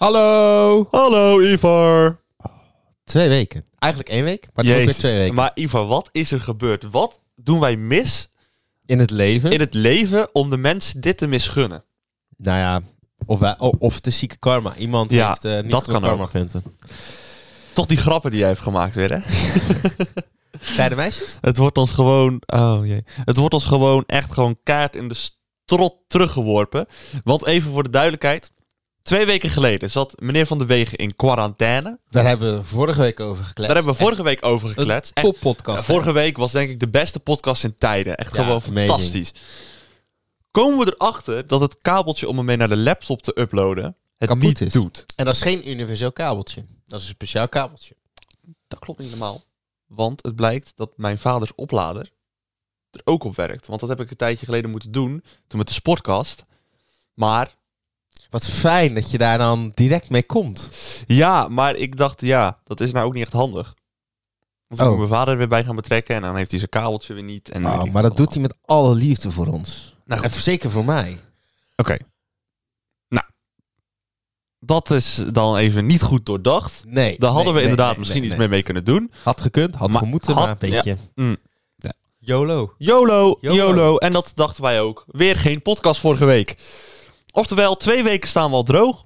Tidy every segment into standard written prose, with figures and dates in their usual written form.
Hallo! Hallo Ivar! 2 weken. Eigenlijk 1 week, maar het is ook weer 2 weken. Maar Ivar, wat is er gebeurd? Wat doen wij mis in het leven? in het leven om de mensen dit te misgunnen? Nou ja, of de zieke karma. Iemand heeft niet dat genoeg kan karma ook. punten. Toch die grappen die jij hebt gemaakt weer, hè? Kleine meisjes? Het wordt ons gewoon... Oh jee. Het wordt ons gewoon echt gewoon kaart in de strot teruggeworpen. Want even voor de duidelijkheid. 2 weken geleden zat meneer Van de Wegen in quarantaine. Daar hebben we vorige week over gekletst. Daar hebben we vorige week over gekletst. Een toppodcast. Vorige week was denk ik de beste podcast in tijden. Echt gewoon amazing. fantastisch. Komen we erachter dat het kabeltje om hem mee naar de laptop te uploaden het kapot niet is. doet. En dat is geen universeel kabeltje. Dat is een speciaal kabeltje. Dat klopt niet helemaal. Want het blijkt dat mijn vaders oplader er ook op werkt. Want dat heb ik een tijdje geleden moeten doen. Toen met de sportkast. Maar Wat fijn dat je daar dan direct mee komt. ja, maar ik dacht dat is nou ook niet echt handig. Want dan moet mijn vader er weer bij gaan betrekken. En dan heeft hij zijn kabeltje weer niet. En Maar dat doet hij met alle liefde voor ons. Nou, En zeker voor mij. Oké. Nou. Dat is dan even niet goed doordacht. Nee. Daar hadden we inderdaad misschien nee. iets mee kunnen doen. Had gekund, had gemoeten, maar een beetje... Ja. YOLO. YOLO. En dat dachten wij ook. Weer geen podcast vorige week. Oftewel, 2 weken staan we al droog.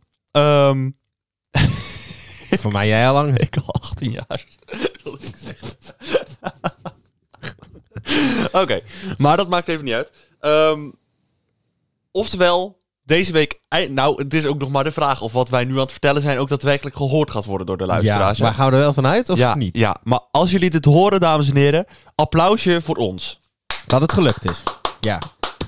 Voor mij jij al lang. Ik al 18 jaar. Wil ik zeggen. Oké, maar dat maakt even niet uit. Oftewel, deze week... Nou, het is ook nog maar de vraag of wat wij nu aan het vertellen zijn ook daadwerkelijk gehoord gaat worden door de luisteraars. Ja, maar gaan we er wel vanuit of niet? Ja, maar als jullie dit horen, dames en heren, applausje voor ons. Dat het gelukt is. Ja.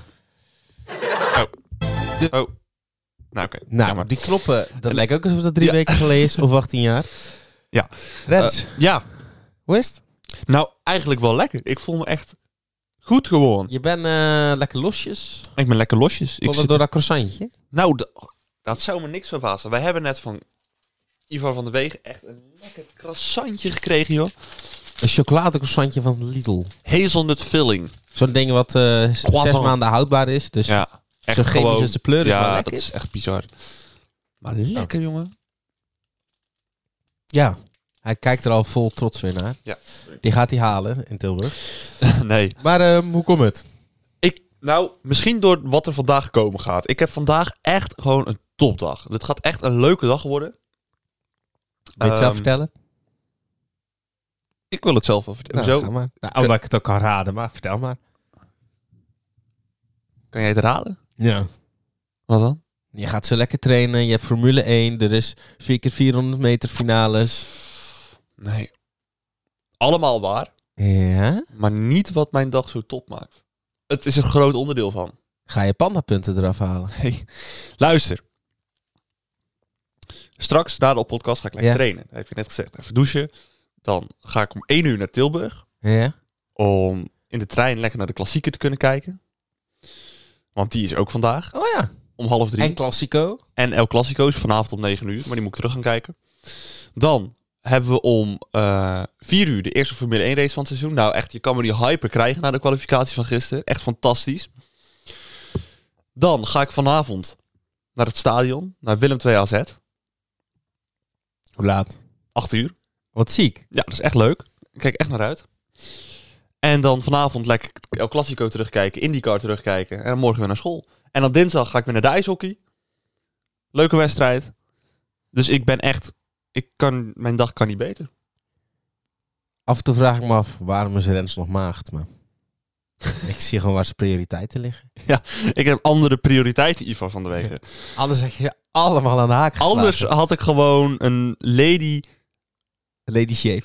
Oh. Nou, oké. Nou, maar die knoppen, dat lijkt ook alsof dat 3 weken geleden is of 18 jaar. Ja. Rens, Ja. hoe is het? Nou, eigenlijk wel lekker. Ik voel me echt goed gewoon. Je bent lekker losjes. Ik ben lekker losjes. Komt dat door dat croissantje? Nou, dat zou me niks verbazen. Wij hebben net van Ivar van de Wegen echt een lekker croissantje gekregen, joh. Een chocoladecroissantje van Lidl. Hazelnut filling. Zo'n ding wat 6 maanden houdbaar is. Dus Ja, echt zo chemisch gewoon. als de pleur is, maar Ja, lekker. dat is echt bizar. Maar lekker, jongen. Ja, hij kijkt er al vol trots weer naar. Ja. Die gaat hij halen in Tilburg. Nee. Maar hoe komt het? Nou, misschien door wat er vandaag komen gaat. Ik heb vandaag echt gewoon een topdag. Dit gaat echt een leuke dag worden. Wil je het zelf vertellen? Ik wil het zelf wel vertellen. Nou, Zo. ga maar. Nou, omdat ik het ook kan raden, maar vertel maar. Kan jij het raden? Ja. Wat dan? Je gaat zo lekker trainen. Je hebt Formule 1. Er is 4x400 meter finales. Nee. Allemaal waar. Ja? Maar niet wat mijn dag zo top maakt. Het is een groot onderdeel van. Ga je pandapunten eraf halen? Hey, luister. Straks na de podcast ga ik lekker trainen. Dat heb je net gezegd. Even douchen. Dan ga ik om 1 uur naar Tilburg. Ja? Om in de trein lekker naar de klassieker te kunnen kijken. Want die is ook vandaag. Oh ja. Om 2:30. En Classico. En El Clasico is vanavond om 9 uur. Maar die moet ik terug gaan kijken. Dan hebben we om 4 uur de eerste Formule 1 race van het seizoen. Nou echt, je kan me die hyper krijgen na de kwalificatie van gisteren. Echt fantastisch. Dan ga ik vanavond naar het stadion. Naar Willem II AZ. Hoe laat? 8 uur. Wat ziek. Ja, dat is echt leuk. Ik kijk echt naar uit. En dan vanavond lekker El Clasico terugkijken. IndyCar terugkijken. En dan morgen weer naar school. En dan dinsdag ga ik weer naar de ijshockey. Leuke wedstrijd. Dus ik ben echt... Mijn dag kan niet beter. Af en toe vraag ik me af, waarom is Rens nog maagd? Maar ik zie gewoon waar zijn prioriteiten liggen. Ja, ik heb andere prioriteiten, Ivar van de Wegen. Anders heb je ze allemaal aan de haak geslagen. Anders had ik gewoon een lady... Lady Shave.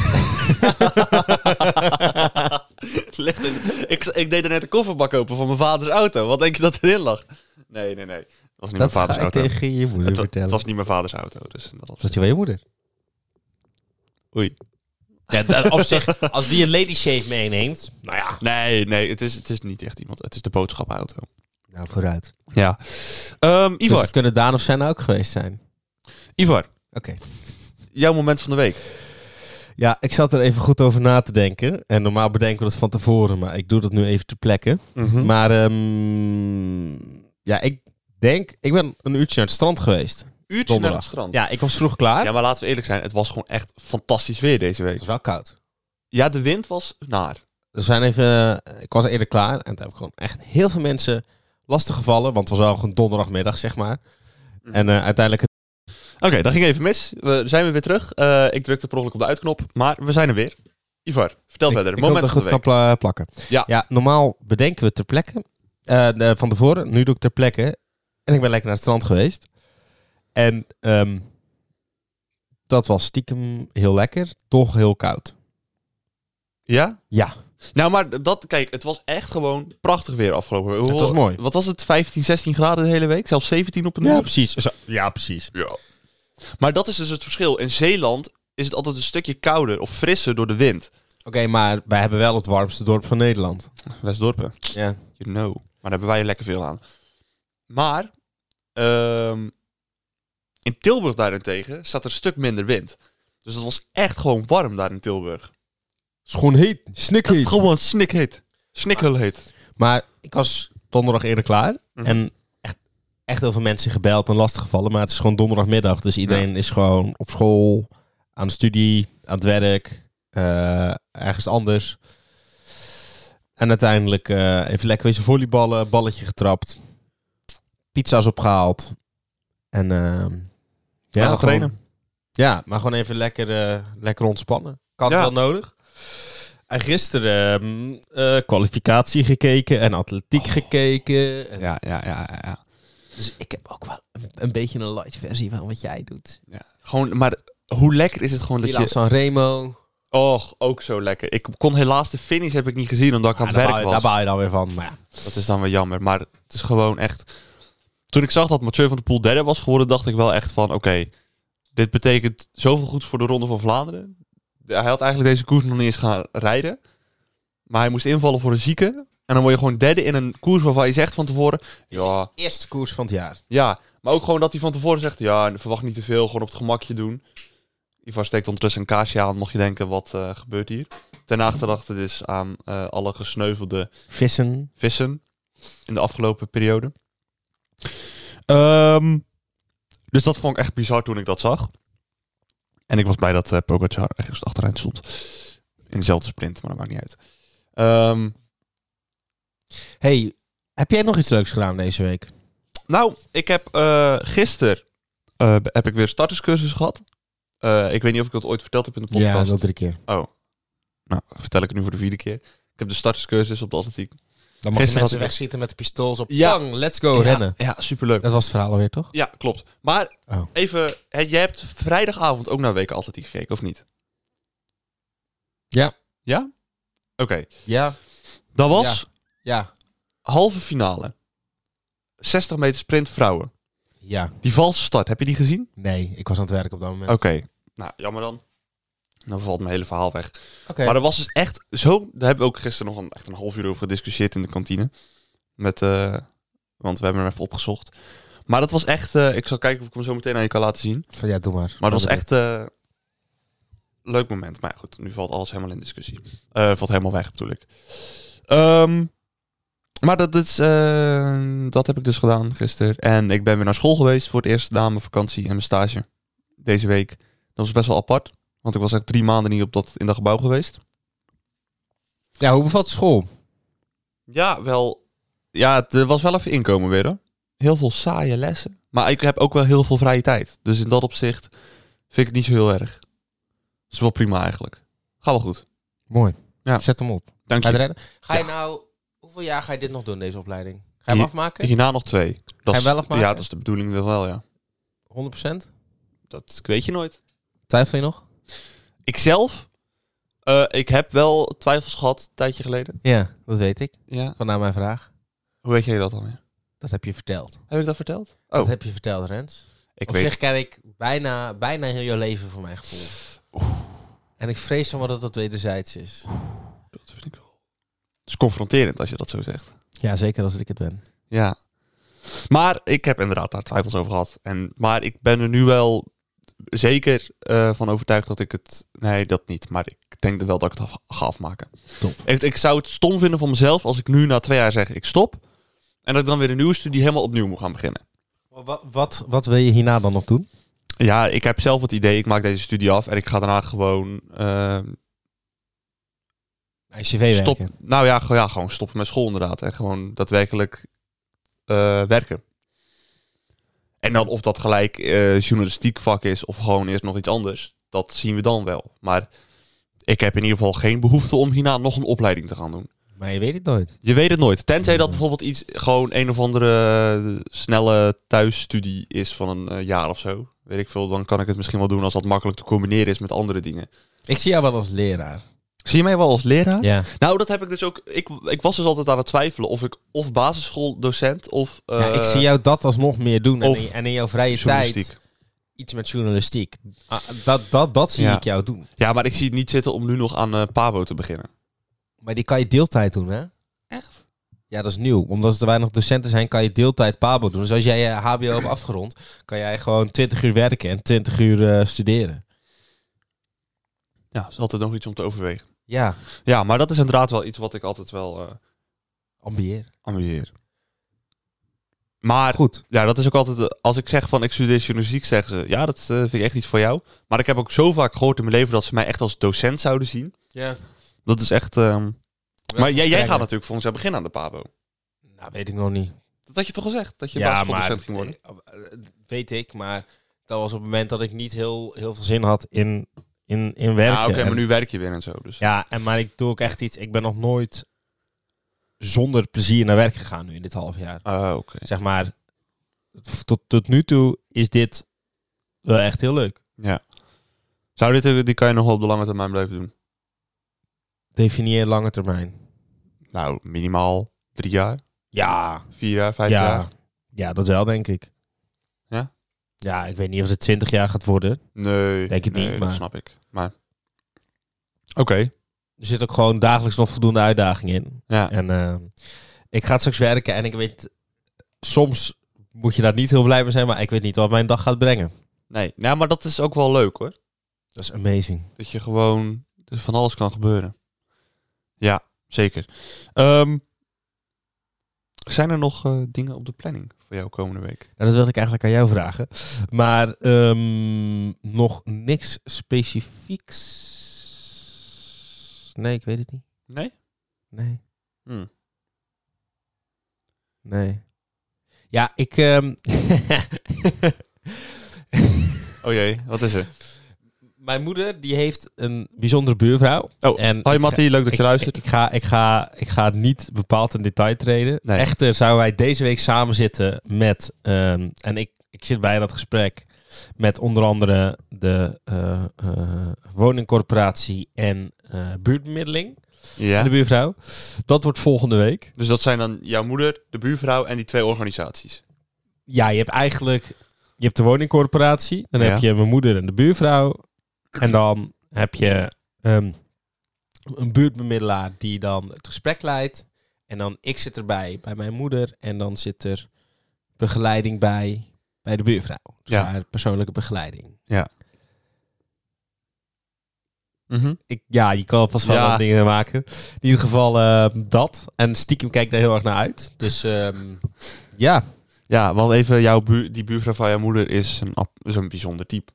ik deed er net de kofferbak open van mijn vaders auto. Wat denk je dat erin lag? Nee. Dat was niet mijn vaders ga ik auto. tegen je moeder vertellen. Het was niet mijn vaders auto. Dus dat je wel je moeder? Oei. Ja, op zich, als die een Lady Shave meeneemt, nou ja. Nee, het is niet echt iemand. Het is de boodschappenauto. Nou, vooruit. Ja. Dus Ivar. het kunnen Daan of Senna ook geweest zijn. Ivar. Oké. Jouw moment van de week. Ja, ik zat er even goed over na te denken. En normaal bedenken we dat van tevoren, maar ik doe dat nu even ter plekke. Mm-hmm. Maar ja, ik ben een uurtje naar het strand geweest. uurtje naar Donderdag. het strand. Ja, ik was vroeg klaar. Ja, maar laten we eerlijk zijn. Het was gewoon echt fantastisch weer deze week. Het was wel koud. Ja, de wind was naar. Ik was eerder klaar. En toen heb ik gewoon echt heel veel mensen lastig gevallen. Want het was wel gewoon donderdagmiddag, zeg maar. En uiteindelijk... Oké, dat ging even mis. We zijn weer terug. Ik drukte per ongeluk op de uitknop. Maar we zijn er weer. Ivar, vertel verder. Ik hoop Moment dat van het de goed week. kan plakken. Ja. Normaal bedenken we ter plekke. Van tevoren. Nu doe ik ter plekke. En ik ben lekker naar het strand geweest. En dat was stiekem heel lekker. Toch heel koud. Ja? Ja. Nou, maar kijk, het was echt gewoon prachtig weer afgelopen week. Het was mooi. Wat was het? 15, 16 graden de hele week? Zelfs 17 op een Ja, uur? precies. Ja, precies. Ja. Maar dat is dus het verschil. In Zeeland is het altijd een stukje kouder of frisser door de wind. Oké, maar wij hebben wel het warmste dorp van Nederland. Westdorpen. Ja. You know. Maar daar hebben wij lekker veel aan. Maar in Tilburg daarentegen staat er een stuk minder wind. Dus het was echt gewoon warm daar in Tilburg. Het is gewoon heet. Snikheet. Gewoon snikheet. Snikkelheet. Maar ik was donderdag eerder klaar. Mhm. En echt heel veel mensen gebeld en lastiggevallen. Maar het is gewoon donderdagmiddag. Dus iedereen is gewoon op school, aan de studie, aan het werk, ergens anders. En uiteindelijk even lekker wezen volleyballen, balletje getrapt, pizza's opgehaald. En Ja, gewoon- trainen. Ja, maar gewoon even lekker ontspannen. Kan Ja. het wel nodig. En gisteren kwalificatie gekeken en atletiek gekeken. En Ja. dus ik heb ook wel een beetje een light versie van wat jij doet. Gewoon, maar hoe lekker is het gewoon dat Milan je... Sanremo. Och, ook zo lekker. Ik kon helaas de finish heb ik niet gezien omdat ik aan het werk was. Daar baal je dan weer van. Maar ja. Dat is dan weer jammer. Maar het is gewoon echt... Toen ik zag dat Mathieu van der Poel derde was geworden, dacht ik wel echt van... Oké, dit betekent zoveel goeds voor de Ronde van Vlaanderen. Hij had eigenlijk deze koers nog niet eens gaan rijden. Maar hij moest invallen voor een zieke. En dan word je gewoon derde in een koers waarvan je zegt van tevoren... Ja, Eerste koers van het jaar. ja. Maar ook gewoon dat hij van tevoren zegt... Ja, verwacht niet te veel. Gewoon op het gemakje doen. Ivar steekt ondertussen een kaarsje aan. Mocht je denken, wat gebeurt hier? Ten achterdachte dus aan alle gesneuvelde Vissen. vissen in de afgelopen periode. Dus dat vond ik echt bizar toen ik dat zag. En ik was blij dat Pogacar ergens achteruit stond. In dezelfde sprint, maar dat maakt niet uit. Hey, heb jij nog iets leuks gedaan deze week? Nou, ik heb gisteren heb ik weer starterscursus gehad. Ik weet niet of ik dat ooit verteld heb in de podcast. Ja, dat 3 keer. Oh. Nou, vertel ik het nu voor de 4e keer. Ik heb de starterscursus op de atletiek. Dan mag Gisteren mensen had ik- wegschieten met de pistool op. Ja. Bang, let's go, rennen. Ja, superleuk. Dat was het verhaal alweer, toch? Ja, klopt. Maar Oh. even, jij hebt vrijdagavond ook naar weken atletiek gekeken, of niet? Ja. Ja? Oké. Ja. Dat was Ja. halve finale. 60 meter sprint vrouwen. Ja. Die valse start, heb je die gezien? Nee, ik was aan het werk op dat moment. Oké. Nou, jammer dan. Dan valt mijn hele verhaal weg. Oké. Maar er was dus echt zo... Daar hebben we ook gisteren nog echt een half uur over gediscussieerd in de kantine. Met, want we hebben hem even opgezocht. Maar dat was echt... ik zal kijken of ik hem zo meteen aan je kan laten zien. Van, ja, doe maar. Maar dat was echt leuk moment. Maar ja, goed, nu valt alles helemaal in discussie. Valt helemaal weg, bedoel ik. Maar dat heb ik dus gedaan gisteren. En ik ben weer naar school geweest voor het eerst na mijn vakantie en mijn stage. Deze week. Dat was best wel apart. Want ik was echt 3 maanden niet in dat gebouw geweest. Ja, hoe bevalt de school? Ja, wel. Ja, er was wel even inkomen weer, hoor. Heel veel saaie lessen. Maar ik heb ook wel heel veel vrije tijd. Dus in dat opzicht vind ik het niet zo heel erg. Dat is wel prima eigenlijk. Gaat wel goed. Mooi. Ja. Zet hem op. Dank Ga je je. het redden? Ga je Ja. nou... Hoeveel jaar ga je dit nog doen, deze opleiding? Ga je hem afmaken? Hierna nog 2. Ga je wel afmaken? Ja, dat is de bedoeling wel, ja. 100%? Dat weet je nooit. Twijfel je nog? Ikzelf? Ik heb wel twijfels gehad een tijdje geleden. Ja, dat weet ik. Ja. Vandaar mijn vraag. Hoe weet jij dat dan weer? Dat heb je verteld. Heb ik dat verteld? Oh, Dat heb je verteld, Rens. ik Op weet. zich ken ik bijna heel je leven voor mijn gevoel. En ik vrees dan wel dat het wederzijds is. Dat vind ik wel. Het is confronterend als je dat zo zegt. Ja, zeker als ik het ben. Ja. Maar ik heb inderdaad daar twijfels over gehad. Maar ik ben er nu wel zeker van overtuigd dat ik het... Nee, dat niet. Maar ik denk er wel dat ik het ga afmaken. Tof. Ik zou het stom vinden van mezelf als ik nu na 2 jaar zeg ik stop. En dat ik dan weer een nieuwe studie helemaal opnieuw moet gaan beginnen. Wat wil je hierna dan nog doen? Ja, ik heb zelf het idee, ik maak deze studie af en ik ga daarna gewoon CV stop. werken. Nou ja, gewoon stoppen met school inderdaad. En gewoon daadwerkelijk werken. En dan of dat gelijk journalistiek vak is of gewoon eerst nog iets anders. Dat zien we dan wel. Maar ik heb in ieder geval geen behoefte om hierna nog een opleiding te gaan doen. Maar je weet het nooit. Je weet het nooit. Tenzij dat bijvoorbeeld iets gewoon een of andere snelle thuisstudie is van een jaar of zo. Weet ik veel, dan kan ik het misschien wel doen als dat makkelijk te combineren is met andere dingen. Ik zie jou wel als leraar. Zie je mij wel als leraar? Ja. Nou, dat heb ik dus ook. Ik was dus altijd aan het twijfelen of ik of basisschooldocent of Ik zie jou dat alsnog meer doen. of En in jouw vrije journalistiek. tijd iets met journalistiek. Dat zie Ja. ik jou doen. Ja, maar ik zie het niet zitten om nu nog aan Pabo te beginnen. Maar die kan je deeltijd doen, hè? Echt? Ja, dat is nieuw. Omdat er weinig docenten zijn, kan je deeltijd Pabo doen. Dus als jij je HBO hebt afgerond, kan jij gewoon 20 uur werken en 20 uur studeren. Ja, dat is altijd nog iets om te overwegen. Ja, Ja, maar dat is inderdaad wel iets wat ik altijd wel ambieer. ambieer. Maar Goed. ja, dat is ook altijd... Als ik zeg van ik studeer journalistiek, zeggen ze... Ja, dat vind ik echt iets voor jou. Maar ik heb ook zo vaak gehoord in mijn leven dat ze mij echt als docent zouden zien. Ja. Dat is echt... Maar jij gaat natuurlijk volgens jou beginnen aan de Pabo. Nou, weet ik nog niet. Dat had je toch gezegd? Dat je Ja, basisschooldocent ging worden? weet ik, maar dat was op het moment dat ik niet heel veel zin had in werken. Ja, oké, En- maar nu werk je weer en zo. Dus. Ja, maar ik doe ook echt iets. Ik ben nog nooit zonder plezier naar werk gegaan nu in dit half jaar. Oké. Zeg maar, tot nu toe is dit wel echt heel leuk. Ja. Die kan je nog wel op de lange termijn blijven doen? Definieer lange termijn. Nou, minimaal 3 jaar, Ja, 4 jaar, 5 jaar. ja. Ja, dat wel, denk ik. Ja? Ja, ik weet niet of het 20 jaar gaat worden. Nee, Denk het niet, dat maar- snap ik. Maar oké. Er zit ook gewoon dagelijks nog voldoende uitdaging in. Ja. En ik ga straks werken en ik weet... Soms moet je daar niet heel blij mee zijn, maar ik weet niet wat mijn dag gaat brengen. Nee, nou, maar dat is ook wel leuk hoor. Dat is amazing. Dat je gewoon van alles kan gebeuren. Ja, zeker. Zijn er nog dingen op de planning voor jou komende week? Nou, dat wilde ik eigenlijk aan jou vragen. Maar nog niks specifieks. Nee, ik weet het niet. Nee? Nee. Hm. Nee. Ja, ik... Oh jee, wat is er? Mijn moeder, die heeft een bijzondere buurvrouw. Oh, En hoi ik Mattie, leuk dat je luistert. Ik ga niet bepaald in detail treden. Nee. Echter zouden wij deze week samen zitten met... en ik zit bij dat gesprek met onder andere de woningcorporatie en buurtbemiddeling. Ja. En de buurvrouw. Dat wordt volgende week. Dus dat zijn dan jouw moeder, de buurvrouw en die 2 organisaties. Ja, je hebt eigenlijk... Je hebt de woningcorporatie. Dan Ja. heb je mijn moeder en de buurvrouw. En dan heb je een buurtbemiddelaar die dan het gesprek leidt. En dan ik zit erbij bij mijn moeder. En dan zit er begeleiding bij de buurvrouw. Dus Ja. haar persoonlijke begeleiding. Mhm. Je kan vast wel Ja. wat dingen maken. In ieder geval dat. En stiekem kijk ik daar heel erg naar uit. Dus ja. Ja, want even, die buurvrouw van jouw moeder is een bijzonder type.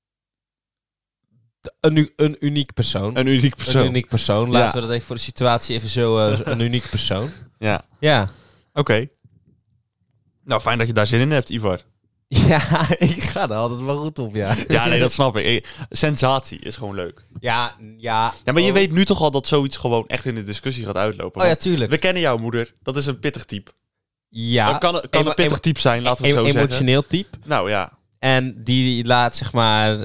Een uniek persoon. Een uniek persoon. Een uniek persoon. Laten Ja. we dat even voor de situatie even zo... een uniek persoon. Ja, Ja. oké. Nou, fijn dat je daar zin in hebt, Ivar. Ja, ik ga er altijd wel goed op, ja. Ja, nee, dat snap ik. Sensatie is gewoon leuk. Ja. Ja, maar je weet nu toch al dat zoiets gewoon echt in de discussie gaat uitlopen. Oh ja, Want tuurlijk. we kennen jouw moeder. Dat is een pittig type. Ja. Dat kan een pittig type zijn, laten we het zo zeggen. Emotioneel type. Nou ja. En die laat zeg maar...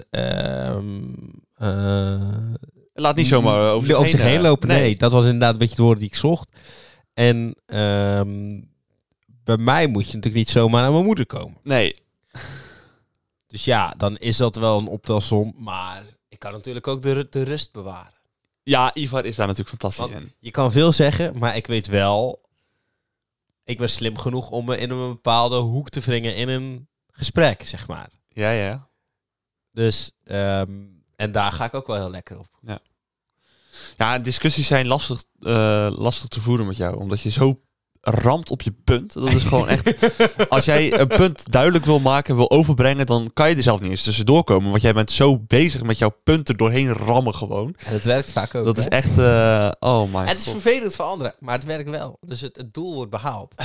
Laat niet zomaar over zich heen lopen. Nee, dat was inderdaad een beetje het woord die ik zocht. En bij mij moet je natuurlijk niet zomaar naar mijn moeder komen. Nee. Dus ja, dan is dat wel een optelsom. Maar ik kan natuurlijk ook de rust bewaren. Ja, Ivar is daar natuurlijk fantastisch Want in. je kan veel zeggen, maar ik weet wel... Ik ben slim genoeg om me in een bepaalde hoek te wringen in een gesprek, zeg maar. Ja, ja. Dus, en daar ga ik ook wel heel lekker op. Ja, discussies zijn lastig te voeren met jou. Omdat je zo ramt op je punt. Dat is gewoon echt... Als jij een punt duidelijk wil maken, wil overbrengen, dan kan je er zelf niet eens tussendoor komen. Want jij bent zo bezig met jouw punten doorheen rammen gewoon. En het werkt vaak ook, Dat is hè? echt... oh my Het is vervelend voor anderen, maar het werkt wel. Dus het doel wordt behaald.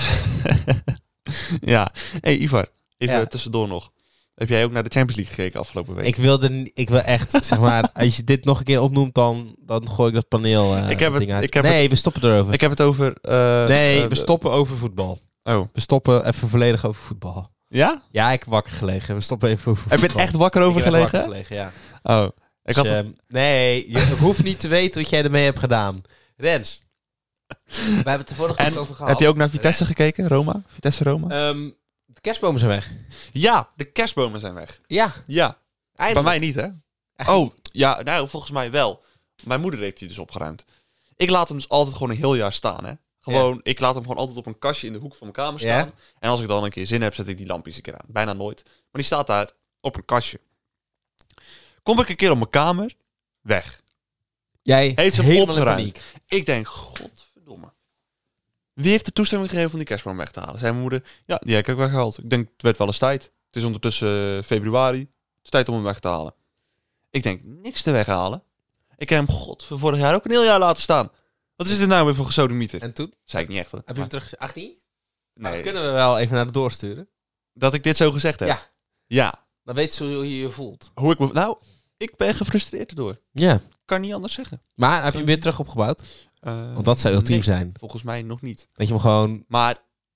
Ja. Hey, Ivar. Even Ja. tussendoor nog. Heb jij ook naar de Champions League gekeken afgelopen week? Ik wil echt, zeg maar, als je dit nog een keer opnoemt, dan gooi ik dat paneel ding uit. We stoppen erover. Ik heb het over... We stoppen over voetbal. Oh. We stoppen even volledig over voetbal. Ja? Ja, ik heb wakker gelegen. We stoppen even over voetbal. Heb je er echt wakker over Ik heb echt gelegen? wakker gelegen, ja. Oh. Ik had het... Nee, je hoeft niet te weten wat jij ermee hebt gedaan. Rens, we hebben het er vorige keer over gehad. Heb je ook naar Vitesse gekeken? Roma? Vitesse Roma? De kerstbomen zijn weg. Ja, de kerstbomen zijn weg. Ja, Ja. eindelijk. Bij mij niet, hè? Echt? Oh, ja, nou, volgens mij wel. Mijn moeder heeft die dus opgeruimd. Ik laat hem dus altijd gewoon een heel jaar staan, hè? Gewoon, ik laat hem gewoon altijd op een kastje in de hoek van mijn kamer staan. Ja. En als ik dan een keer zin heb, zet ik die lampjes een keer aan. Bijna nooit. Maar die staat daar op een kastje. Kom ik een keer op mijn kamer, weg. Jij Heeft ze helemaal in opgeruimd. paniek. Ik denk, godverdomme. Wie heeft de toestemming gegeven om die kerstboom weg te halen? Zei mijn moeder, ja, die heb ik ook weggehaald. Ik denk, het werd wel eens tijd. Het is ondertussen februari. Het is tijd om hem weg te halen. Ik denk, niks te weghalen. Ik heb hem, vorig jaar ook een heel jaar laten staan. Wat is dit nou weer voor gesodemieter? En toen? Zei ik niet echt, hoor. Heb je hem terug? Ach, niet? Nee, Dan kunnen we wel even naar de doorsturen. dat ik dit zo gezegd heb? Ja. Ja. Dan weet ze hoe je je voelt. Hoe ik me... Nou, ik ben gefrustreerd erdoor. Ja. Kan niet anders zeggen. Maar heb je hem weer terug opgebouwd? Want dat zou ultiem nee, zijn. volgens mij nog niet. Dat je hem gewoon... Maar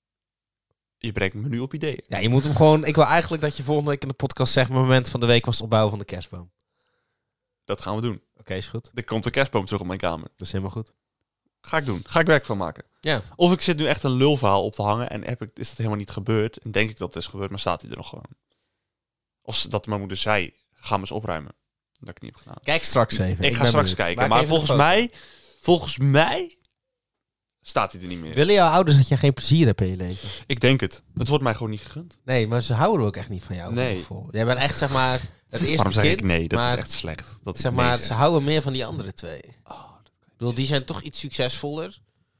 je brengt me nu op ideeën. Ja, je moet hem gewoon... Ik wil eigenlijk dat je volgende week in de podcast zegt... Mijn moment van de week was het opbouwen van de kerstboom. Dat gaan we doen. Oké, is goed. Er komt een kerstboom terug op mijn kamer. Dat is helemaal goed. Ga ik doen. Ga ik werk van maken. Ja. Of ik zit nu echt een lulverhaal op te hangen en is dat helemaal niet gebeurd. En denk ik dat het is gebeurd, maar staat hij er nog gewoon. Of dat mijn moeder zei, ga hem eens opruimen. Dat ik niet heb gedaan. Kijk straks even. Ik ga ben straks benieuwd. kijken. Maak Maar even een volgens mij staat hij er niet meer. foto. Willen jouw ouders dat jij geen plezier hebt in je leven? Ik denk het. Het wordt mij gewoon niet gegund. Nee, maar ze houden ook echt niet van jou. Nee. Vol. Jij bent echt, zeg maar, het eerste Waarom zeg kind. ik nee? Dat maar, is echt slecht. Dat zeg ik maar, nee zeg. ze houden meer van die andere twee. Oh, Ik bedoel, die zijn toch iets succesvoller.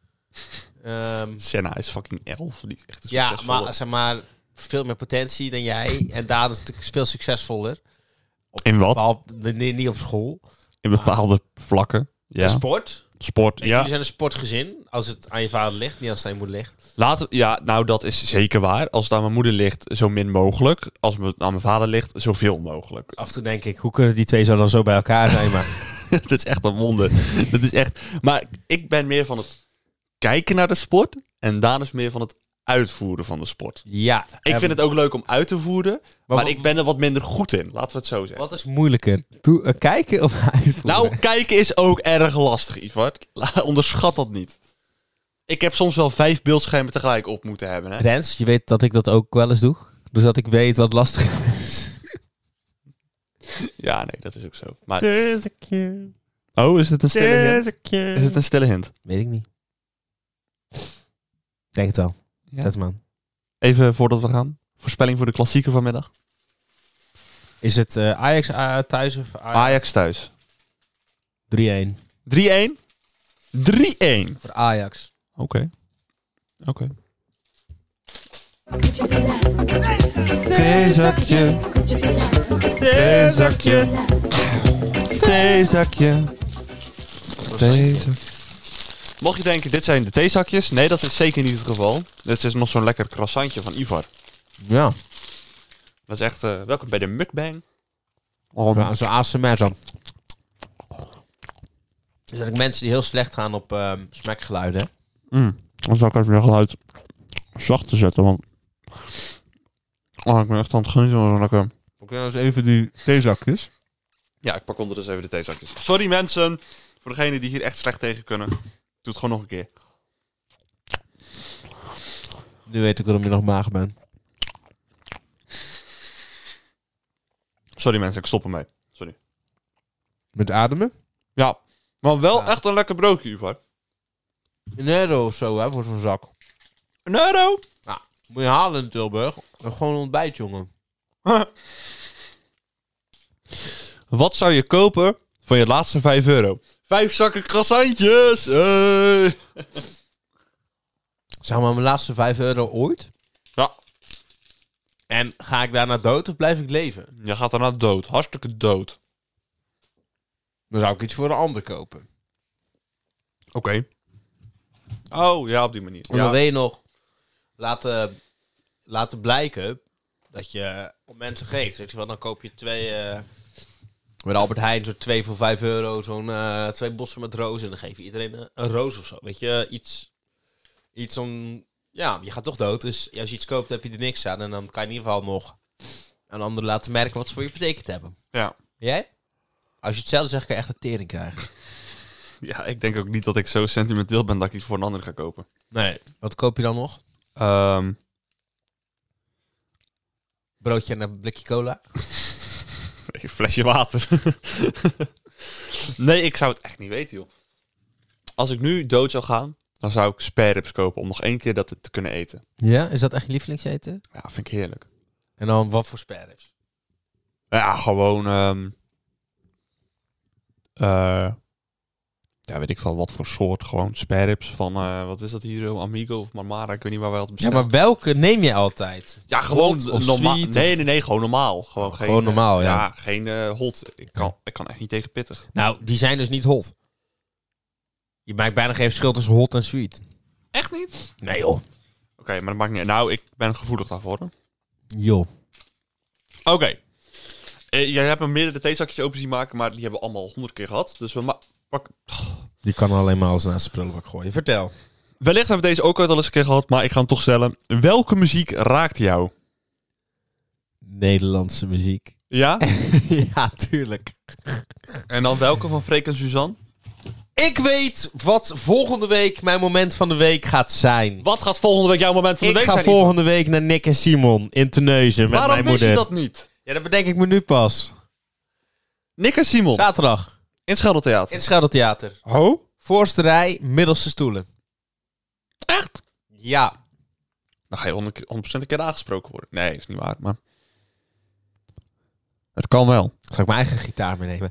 Senna is fucking 11. Die is echt een Ja, succesvolle. maar zeg maar, veel meer potentie dan jij. En Daan is natuurlijk veel succesvoller. In wat? Behalve niet op school. In bepaalde vlakken. Ja. Sport. Sport, En jullie zijn een sportgezin. Als het aan je vader ligt, niet als het aan je moeder ligt. Ja, nou dat is zeker waar. Als het aan mijn moeder ligt, zo min mogelijk. Als het aan mijn vader ligt, zoveel mogelijk. Af en toe denk ik, hoe kunnen die twee zo dan zo bij elkaar zijn? Maar Dat is echt een wonder. Dat is echt... Maar ik ben meer van het kijken naar de sport. En Daan is meer van het uitvoeren van de sport. ja. Ik vind het ook leuk om uit te voeren. Maar wat- ik ben er wat minder goed in. Laten we het zo zeggen. Wat is moeilijker? Kijken of uitvoeren? Nou, kijken is ook erg lastig, Ivar. Onderschat dat niet. Ik heb soms wel 5 beeldschermen tegelijk op moeten hebben. Hè? Rens, je weet dat ik dat ook wel eens doe. Dus dat ik weet wat lastig is. Ja, nee, dat is ook zo. Maar... Oh, is het een stille hint? Is het een stille hint? Weet ik niet. Denk het wel. Ja. Zet hem aan. Even voordat we gaan. Voorspelling voor de klassieker vanmiddag. Is het Ajax thuis of Ajax thuis. 3-1? 3-1? 3-1. Voor Ajax. Oké. Theezakje. Theezakje. Theezakje. Mocht je denken, dit zijn de theezakjes. Nee, dat is zeker niet het geval. Dit is nog zo'n lekker croissantje van Ivar. Ja. Dat is echt... welkom bij de mukbang. Ja, zo ASMR zo. Er zijn ook mensen die heel slecht gaan op smackgeluiden. Dan zal ik even je geluid zacht te zetten, want... Oh, ik ben echt aan het genieten van zo'n lekker... We kunnen eens even die theezakjes. Ja, ik pak ondertussen even de theezakjes. Sorry mensen, voor degenen die hier echt slecht tegen kunnen. Doe het gewoon nog een keer. Nu weet ik waarom je nog mager bent. Sorry mensen, ik stop ermee. Sorry. Met ademen? Ja, maar wel Ja. echt een lekker broodje, Ivar. €1 of zo, hè, voor zo'n zak. €1? Nou, moet je halen in Tilburg. Gewoon ontbijt, jongen. Wat zou je kopen van je laatste €5? 5 zakken croissantjes! Hey. Zeg maar mijn laatste €5 ooit. Ja. En ga ik daarna dood of blijf ik leven? Je gaat daarna dood. Hartstikke dood. Dan zou ik iets voor een ander kopen. Oké. Oh, ja, op die manier. En dan weet je nog, laten blijken dat je om mensen geeft. Weet je wel, dan koop je 2, bij Albert Heijn, zo 2 voor €5, zo'n 2 bossen met rozen. En dan geef je iedereen een roos of zo. Weet je, iets om, ja, je gaat toch dood. Dus als je iets koopt, heb je er niks aan. En dan kan je in ieder geval nog een ander laten merken wat ze voor je betekend hebben. Ja. Jij? Als je hetzelfde zegt, kan je echt een tering krijgen. Ja, ik denk ook niet dat ik zo sentimenteel ben dat ik iets voor een ander ga kopen. Nee. Wat koop je dan nog? Broodje en een blikje cola? Een flesje water. Nee, ik zou het echt niet weten, joh. Als ik nu dood zou gaan, dan zou ik spare ribs kopen om nog 1 keer dat te kunnen eten. Ja, is dat echt je lievelingseten? Ja, vind ik heerlijk. En dan wat voor spare ribs? Ja, gewoon... ja, weet ik veel wat voor soort. Gewoon spare ribs van... wat is dat hier? Amigo of Marmara? Ik weet niet waar wij altijd Ja, bestellen. maar welke neem je altijd? Ja, gewoon hot of normaal. sweet Nee, gewoon normaal. Gewoon normaal, ja. Ja, geen hot. Ik kan echt niet tegen pittig. Nou, die zijn dus niet hot. Je maakt bijna geen verschil tussen hot en sweet. Echt niet? Nee joh. Oké, maar dat maakt niet... Nou, ik ben gevoelig daarvoor. Hè. Joh. Oké. Jij hebt me meerdere theezakjes open zien maken, maar die hebben we allemaal 100 keer gehad. Dus we pakken... Die kan alleen maar als naast de prullenbak gooien. Vertel. Wellicht hebben we deze ook al eens een keer gehad, maar ik ga hem toch stellen. Welke muziek raakt jou? Nederlandse muziek. Ja? Ja, tuurlijk. En dan welke van Freek en Suzanne? Ik weet wat volgende week mijn moment van de week gaat zijn. Wat gaat volgende week jouw moment van de Ik week ga zijn? volgende week naar Nick en Simon in Terneuzen met Waarom mijn wist moeder. je dat niet? Ja, dat bedenk ik me nu pas. Nick en Simon. Zaterdag. In het Scheldertheater. In het Scheldertheater. Oh? Voorste rij, middelste stoelen. Echt? Ja. Dan ga je 100% een keer aangesproken worden. Nee, is niet waar, maar... Het kan wel. Zal ik mijn eigen gitaar meenemen?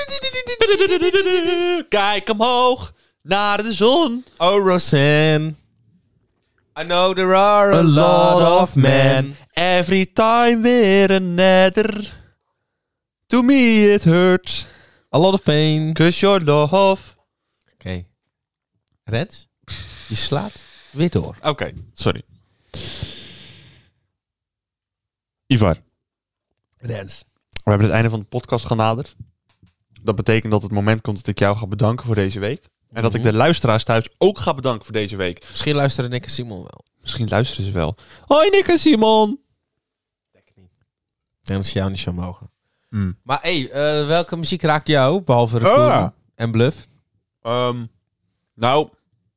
Kijk omhoog naar de zon. Oh, Roseanne. I know there are a lot of men. Every time we're another. To me it hurts. A lot of pain. Cause your love. Oké. Rens, je slaat weer door. Oké, sorry. Ivar, Rens. we hebben het einde van de podcast genaderd. Dat betekent dat het moment komt dat ik jou ga bedanken voor deze week. En dat ik de luisteraars thuis ook ga bedanken voor deze week. Misschien luisteren Nick en Simon wel. Misschien luisteren ze wel. Hoi Nick en Simon. Denk ik niet. Ik denk dat ze jou niet zou mogen. Maar welke muziek raakt jou? Behalve Raccoon en Bluff. Nou,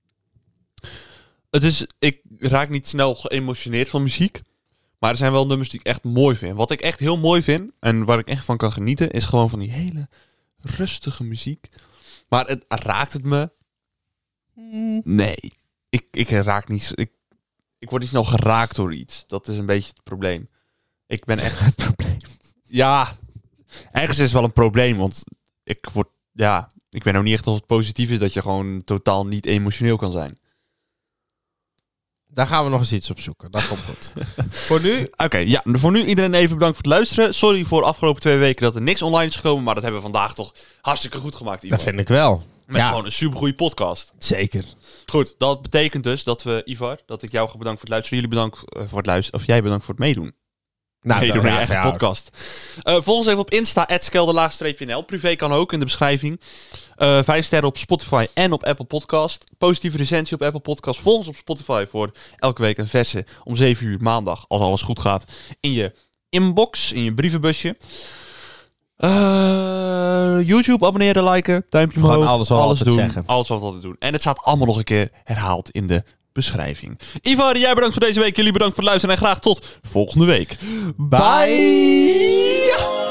ik raak niet snel geëmotioneerd van muziek. Maar er zijn wel nummers die ik echt mooi vind. Wat ik echt heel mooi vind en waar ik echt van kan genieten, is gewoon van die hele rustige muziek. Maar raakt het me? Nee. Ik raak niet... Ik word niet snel geraakt door iets. Dat is een beetje het probleem. Ik ben echt... Het probleem? Ja. Ergens is het wel een probleem, want ik weet nou niet echt of het positief is dat je gewoon totaal niet emotioneel kan zijn. Daar gaan we nog eens iets op zoeken. Dat komt goed. Voor nu... Oké, voor nu iedereen even bedankt voor het luisteren. Sorry voor de afgelopen 2 weken dat er niks online is gekomen, maar dat hebben we vandaag toch hartstikke goed gemaakt, Ivar. Dat vind ik wel. Met gewoon een supergoeie podcast. Zeker. Goed, dat betekent dus dat we, Ivar, dat ik jou ga bedanken voor het luisteren. Jullie bedankt voor het luisteren. Of jij bedankt voor het meedoen. Meedoen aan je eigen podcast. Volg ons even op Insta, @skelde_nl. Privé kan ook in de beschrijving. 5 sterren op Spotify en op Apple Podcast. Positieve recensie op Apple Podcast. Volg ons op Spotify voor elke week een verse om 7 uur maandag, als alles goed gaat, in je inbox, in je brievenbusje. YouTube, abonneren, liken, duimpje omhoog. Gewoon alles wat we doen. zeggen. Alles wat we altijd doen. En het staat allemaal nog een keer herhaald in de beschrijving. Ivar, jij bedankt voor deze week. Jullie bedankt voor het luisteren en graag tot volgende week. Bye.